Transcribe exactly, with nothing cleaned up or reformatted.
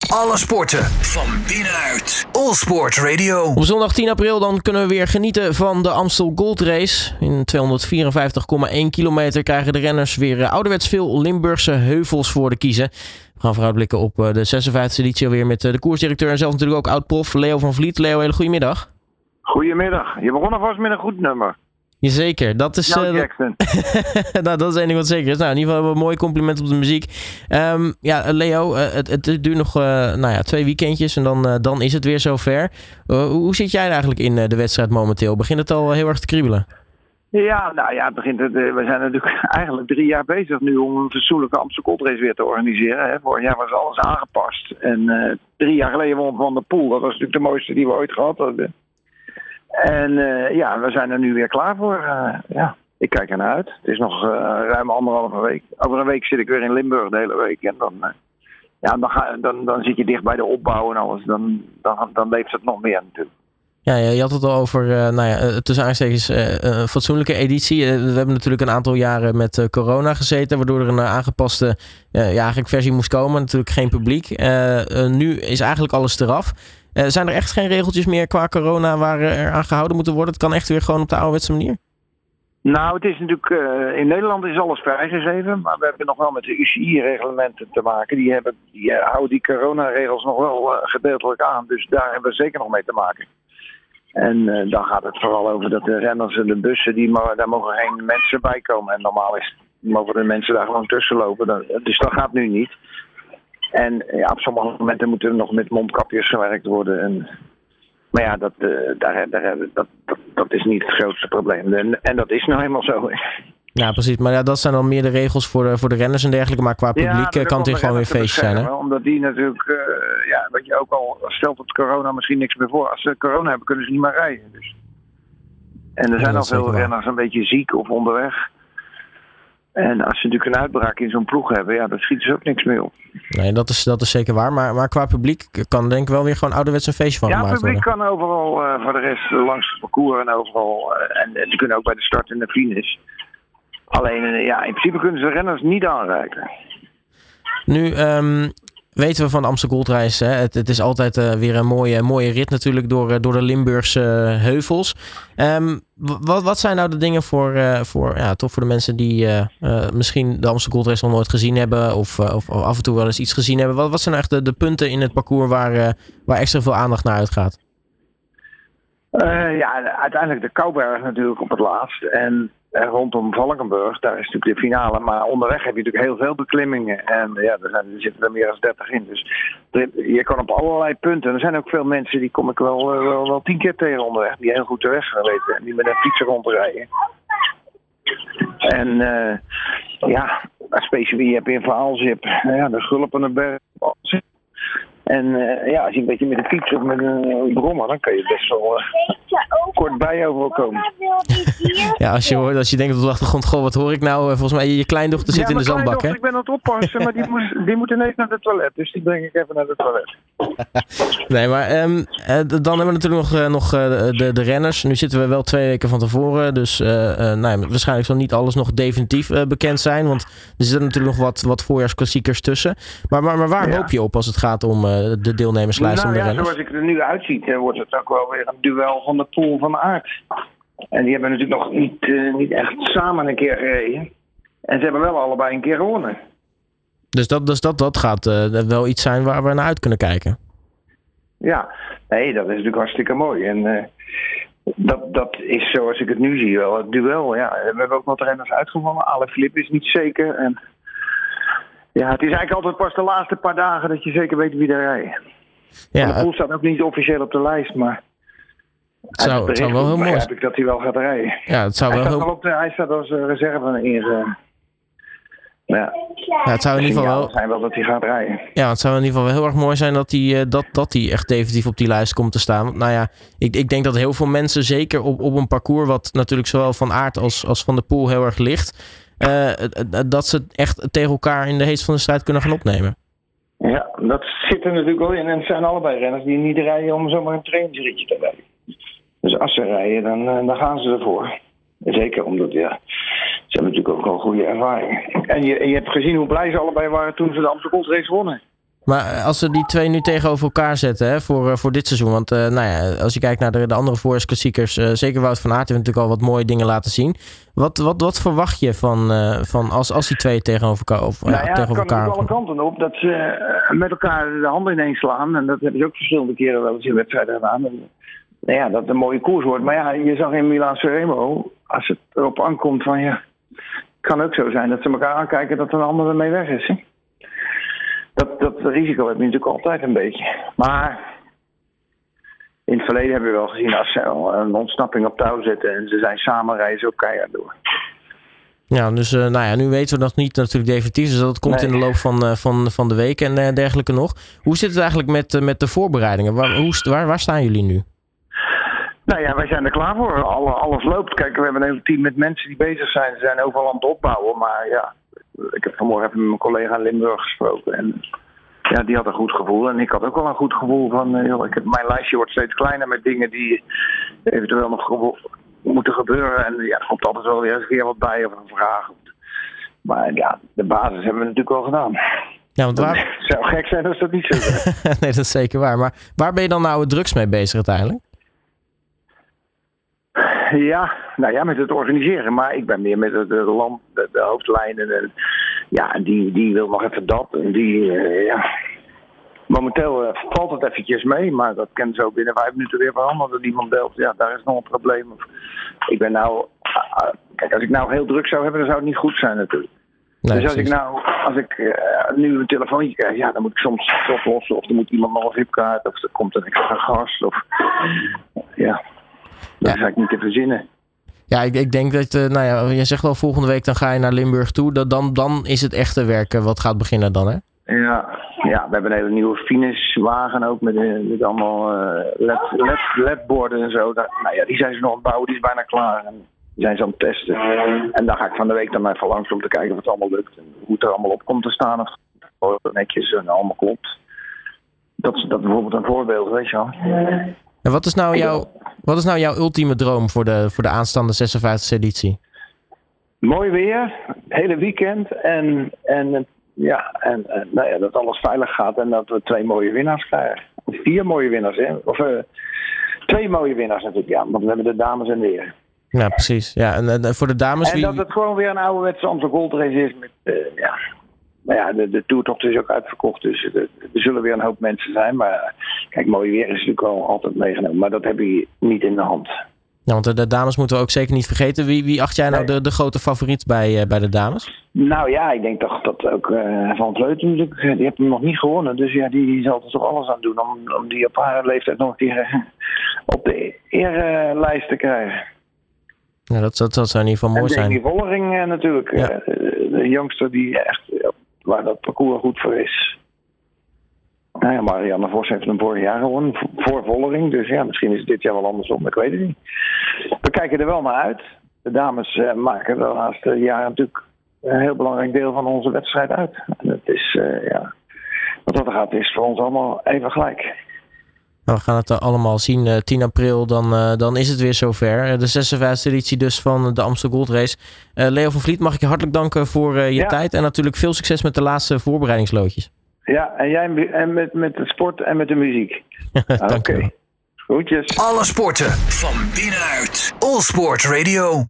Alle sporten van binnenuit. All Sport Radio. Op zondag tien april dan kunnen we weer genieten van de Amstel Gold Race. In tweehonderdvierenvijftig komma één kilometer krijgen de renners weer ouderwets veel Limburgse heuvels voor de kiezen. We gaan vooruitblikken op de zesenvijftigste editie alweer met de koersdirecteur en zelf natuurlijk ook oud-prof Leo van Vliet. Leo, hele goede middag. Goedemiddag. Je begon alvast met een goed nummer. Jazeker, dat is... Nou, uh, Jackson. nou, dat is één ding wat zeker is. Nou, in ieder geval een mooi compliment op de muziek. Um, ja, Leo, uh, het, het duurt nog uh, nou ja, twee weekendjes en dan, uh, dan is het weer zover. Uh, hoe zit jij eigenlijk in uh, de wedstrijd momenteel? Begint het al heel erg te kriebelen? Ja, nou ja, het begint het, uh, we zijn natuurlijk eigenlijk drie jaar bezig nu om een fatsoenlijke Amstel Gold Race weer te organiseren. Hè. Vorig jaar was alles aangepast. En uh, drie jaar geleden won Van der Poel. Dat was natuurlijk de mooiste die we ooit gehad hadden. En uh, ja, we zijn er nu weer klaar voor. Uh, ja, ik kijk ernaar uit. Het is nog uh, ruim anderhalve week. Over een week zit ik weer in Limburg de hele week. En dan, uh, ja, dan, ga, dan, dan zit je dicht bij de opbouw en alles. Dan, dan, dan leeft het nog meer natuurlijk. Ja, je had het al over, uh, nou ja, tussen aanstekens uh, een fatsoenlijke editie. Uh, we hebben natuurlijk een aantal jaren met uh, corona gezeten, waardoor er een uh, aangepaste uh, ja, eigenlijk versie moest komen. Natuurlijk geen publiek. Uh, uh, nu is eigenlijk alles eraf. Uh, zijn er echt geen regeltjes meer qua corona waar er aan gehouden moeten worden? Het kan echt weer gewoon op de ouderwetse manier? Nou, het is natuurlijk, uh, in Nederland is alles vrijgegeven, maar we hebben nog wel met de U C I-reglementen te maken. Die, hebben, die uh, houden die coronaregels nog wel uh, gedeeltelijk aan, dus daar hebben we zeker nog mee te maken. En uh, dan gaat het vooral over dat de renners en de bussen, die, daar mogen geen mensen bij komen. En normaal is, mogen de mensen daar gewoon tussen lopen, dat, dus dat gaat nu niet. En ja, op sommige momenten moet er nog met mondkapjes gewerkt worden. En, maar ja, dat, uh, daar, daar, dat, dat, dat is niet het grootste probleem. En, en dat is nou helemaal zo. Ja, precies. Maar ja, dat zijn dan meer de regels voor de, voor de renners en dergelijke. Maar qua publiek ja, kan het hier gewoon weer feestje zijn, hè? Omdat die natuurlijk, uh, ja, wat je ook al stelt dat corona misschien niks meer voor. Als ze corona hebben, kunnen ze niet meer rijden. Dus. En er zijn ja, al veel renners een beetje ziek of onderweg. En als ze natuurlijk een uitbraak in zo'n ploeg hebben, ja, dan schieten ze ook niks meer op. Nee, dat is, dat is zeker waar. Maar, maar qua publiek kan denk ik wel weer gewoon ouderwets een feestje van ja, gemaakt worden. Ja, publiek kan overal uh, voor de rest langs het parcours en overal. Uh, en, en die kunnen ook bij de start en de finish. Alleen, uh, ja, in principe kunnen ze renners niet aanreiken. Nu um, weten we van de Amstel Gold Race, hè? Het, het is altijd uh, weer een mooie, mooie rit natuurlijk door, uh, door de Limburgse uh, heuvels. Um, wat, wat zijn nou de dingen voor, uh, voor, ja, toch voor de mensen die uh, uh, misschien de Amstel Gold Race nog nooit gezien hebben of, uh, of af en toe wel eens iets gezien hebben? Wat, wat zijn nou echt de, de punten in het parcours waar, uh, waar extra veel aandacht naar uitgaat? Uh, ja, uiteindelijk de Kouberg natuurlijk op het laatst. En uh, rondom Valkenburg, daar is natuurlijk de finale. Maar onderweg heb je natuurlijk heel veel beklimmingen. En ja, er, zijn, er zitten er meer dan dertig in. Dus je kan op allerlei punten. Er zijn ook veel mensen, die kom ik wel, uh, wel, wel tien keer tegen onderweg. Die heel goed de weg gaan weten. En die met een fietser rondrijden. En uh, ja, specifiek heb je een verhaalzip. Ja, de Gulpenberg. En uh, ja, als je een beetje met een fiets of met een brommer, dan kan je best wel uh, kort bij overal komen. Ja, als je, hoort, als je denkt op de achtergrond, goh, wat hoor ik nou? Volgens mij, je kleindochter zit ja, in de zandbak, hè? Ik ben aan het oppassen, maar die, moest, die moet ineens naar het toilet. Dus die breng ik even naar het toilet. Nee, maar um, uh, dan hebben we natuurlijk nog, uh, nog uh, de, de renners. Nu zitten we wel twee weken van tevoren. Dus uh, uh, nou ja, waarschijnlijk zal niet alles nog definitief uh, bekend zijn. Want er zitten natuurlijk nog wat, wat voorjaarsklassiekers tussen. Maar, maar, maar waar ja. hoop je op als het gaat om uh, de deelnemerslijst nou, om de ja, renners? Zoals ik er nu uitziet, uh, wordt het ook wel weer een duel van de Poel van Aert. En die hebben natuurlijk nog niet, uh, niet echt samen een keer gereden. En ze hebben wel allebei een keer gewonnen. Dus dat, dus dat, dat gaat uh, wel iets zijn waar we naar uit kunnen kijken. Ja, nee, dat is natuurlijk hartstikke mooi. En uh, dat, dat is zoals ik het nu zie wel het duel. Ja, we hebben ook wat renners uitgevonden. Alaphilippe is niet zeker. En ja, het is eigenlijk altijd pas de laatste paar dagen dat je zeker weet wie er rijdt. Ja, de Poel staat ook niet officieel op de lijst, maar het zou, het zou wel heel mooi zijn. Ik dat hij wel gaat rijden. Ja, het zou hij, wel staat heel... op de, hij staat als uh, reserve in. Uh, ja. Ja, het zou in ieder geval wel zijn wel dat hij gaat rijden. Ja, het zou in ieder geval wel heel erg mooi zijn dat hij uh, dat, dat hij echt definitief op die lijst komt te staan. Want, nou ja, ik, ik denk dat heel veel mensen, zeker op, op een parcours wat natuurlijk zowel Van Aert als, als Van der Poel heel erg ligt, uh, dat ze echt tegen elkaar in de heetste van de strijd kunnen gaan opnemen. Ja, dat zit er natuurlijk wel in. En het zijn allebei renners die niet rijden om zomaar een trainingsritje te rijden. Dus als ze rijden, dan, dan gaan ze ervoor. Zeker omdat, ja, ze hebben natuurlijk ook al goede ervaring. En je, en je hebt gezien hoe blij ze allebei waren toen ze de Amstel Gold Race wonnen. Maar als we die twee nu tegenover elkaar zetten hè, voor, voor dit seizoen. Want uh, nou ja, als je kijkt naar de, de andere voorjaarsklassiekers. Uh, zeker Wout van Aert heeft natuurlijk al wat mooie dingen laten zien. Wat, wat, wat verwacht je van, uh, van als, als die twee tegenover elkaar of, nou ja, ja, tegenover het kan elkaar ook alle kanten op. Dat ze uh, met elkaar de handen ineens slaan. En dat hebben ze ook verschillende keren wel eens in wedstrijden gedaan. En, nou ja, dat het een mooie koers wordt. Maar ja, je zag in Milaan-San Remo. Als het erop aankomt van ja. Het kan ook zo zijn dat ze elkaar aankijken dat een ander ermee weg is. Hè? Dat, dat risico heb je natuurlijk altijd een beetje. Maar in het verleden hebben we wel gezien als ze een ontsnapping op touw zetten en ze zijn samen reizen ook keihard door. Ja, dus uh, nou ja, nu weten we dat niet natuurlijk definitief. Dus dat komt nee. in de loop van, uh, van, van de week en uh, dergelijke nog. Hoe zit het eigenlijk met, uh, met de voorbereidingen? Waar, hoe, waar, waar staan jullie nu? Nou ja, wij zijn er klaar voor. Alle, alles loopt. Kijk, we hebben een heel team met mensen die bezig zijn. Ze zijn overal aan het opbouwen. Maar ja, ik heb vanmorgen even met mijn collega in Limburg gesproken. En ja, die had een goed gevoel. En ik had ook wel een goed gevoel van... Uh, joh, ik heb, mijn lijstje wordt steeds kleiner met dingen die eventueel nog gevo- moeten gebeuren. En ja, er komt altijd wel weer eens een keer wat bij of een vraag. Maar ja, de basis hebben we natuurlijk wel gedaan. Ja, want waar... Het zou gek zijn als dat niet zo is. Nee, dat is zeker waar. Maar waar ben je dan nou het drugs mee bezig uiteindelijk? Ja, nou ja, met het organiseren. Maar ik ben meer met de, de, land, de, de hoofdlijnen. En, ja, die, die wil nog even dat. En die, uh, ja. Momenteel uh, valt het eventjes mee. Maar dat kan zo binnen vijf minuten weer veranderen. Dat iemand belt. Ja, daar is nog een probleem. Ik ben nou... Uh, kijk, als ik nou heel druk zou hebben, dan zou het niet goed zijn natuurlijk. Nee, dus als precies. ik nou... Als ik uh, nu een telefoontje krijg, ja, dan moet ik soms oplossen. Of dan moet iemand nog een V I P-kaart. Of er komt een extra gast. Of... Ja... Dat is eigenlijk niet te verzinnen. Ja, ik, ik denk dat, uh, nou ja, je zegt al volgende week dan ga je naar Limburg toe. Dat dan, dan is het echte werken wat gaat beginnen dan, hè? Ja, ja, we hebben een hele nieuwe finishwagen ook met, met allemaal uh, led, led, ledborden en zo. Dat, nou ja, die zijn ze nog aan het bouwen, die is bijna klaar. En die zijn ze aan het testen. En dan ga ik van de week dan even langs om te kijken of het allemaal lukt. En hoe het er allemaal op komt te staan. Of het netjes en allemaal klopt. Dat is dat bijvoorbeeld een voorbeeld, weet je wel. En wat is nou jouw, wat is nou jouw ultieme droom voor de, voor de aanstaande zesenvijftigste editie? Mooi weer, hele weekend en, en, ja, en, en nou ja, dat alles veilig gaat en dat we twee mooie winnaars krijgen. Vier mooie winnaars, hè? Of uh, twee mooie winnaars natuurlijk, ja, want we hebben de dames en de heren. Ja, precies. Ja, en, en voor de dames... En wie... dat het gewoon weer een ouderwetse Amstel Gold Race is met, uh, ja... Nou ja, de, de toertocht is ook uitverkocht, dus er, er zullen weer een hoop mensen zijn. Maar kijk, mooi weer is natuurlijk wel altijd meegenomen. Maar dat heb je niet in de hand. Ja, want de dames moeten we ook zeker niet vergeten. Wie, wie acht jij nou de, de grote favoriet bij, uh, bij de dames? Nou ja, ik denk toch dat ook uh, Van Vleuten natuurlijk, die heeft hem nog niet gewonnen. Dus ja, die, die zal er toch alles aan doen om, om die op haar leeftijd nog een keer uh, op de eerlijst te krijgen. Ja, dat, dat, dat zou in ieder geval mooi en zijn. En die Vollering uh, natuurlijk, ja. uh, de jongste die echt... Uh, waar dat parcours goed voor is. Nou ja, Marianne Vos heeft hem vorig jaar gewonnen. Voor Vollering. Dus ja, misschien is het dit jaar wel andersom. Ik weet het niet. We kijken er wel naar uit. De dames uh, maken de laatste jaren natuurlijk een heel belangrijk deel van onze wedstrijd uit. En het is, uh, ja... Wat dat er gaat is voor ons allemaal even gelijk. Nou, we gaan het allemaal zien. Uh, tien april, dan, uh, dan is het weer zover. Uh, de zesenvijftigste editie dus van de Amstel Gold Race. Uh, Leo van Vliet, mag ik je hartelijk danken voor uh, je ja. tijd. En natuurlijk veel succes met de laatste voorbereidingsloodjes. Ja, en jij en met, met de sport en met de muziek. Dank je wel. Groetjes. Alle sporten van binnenuit. All Sport Radio.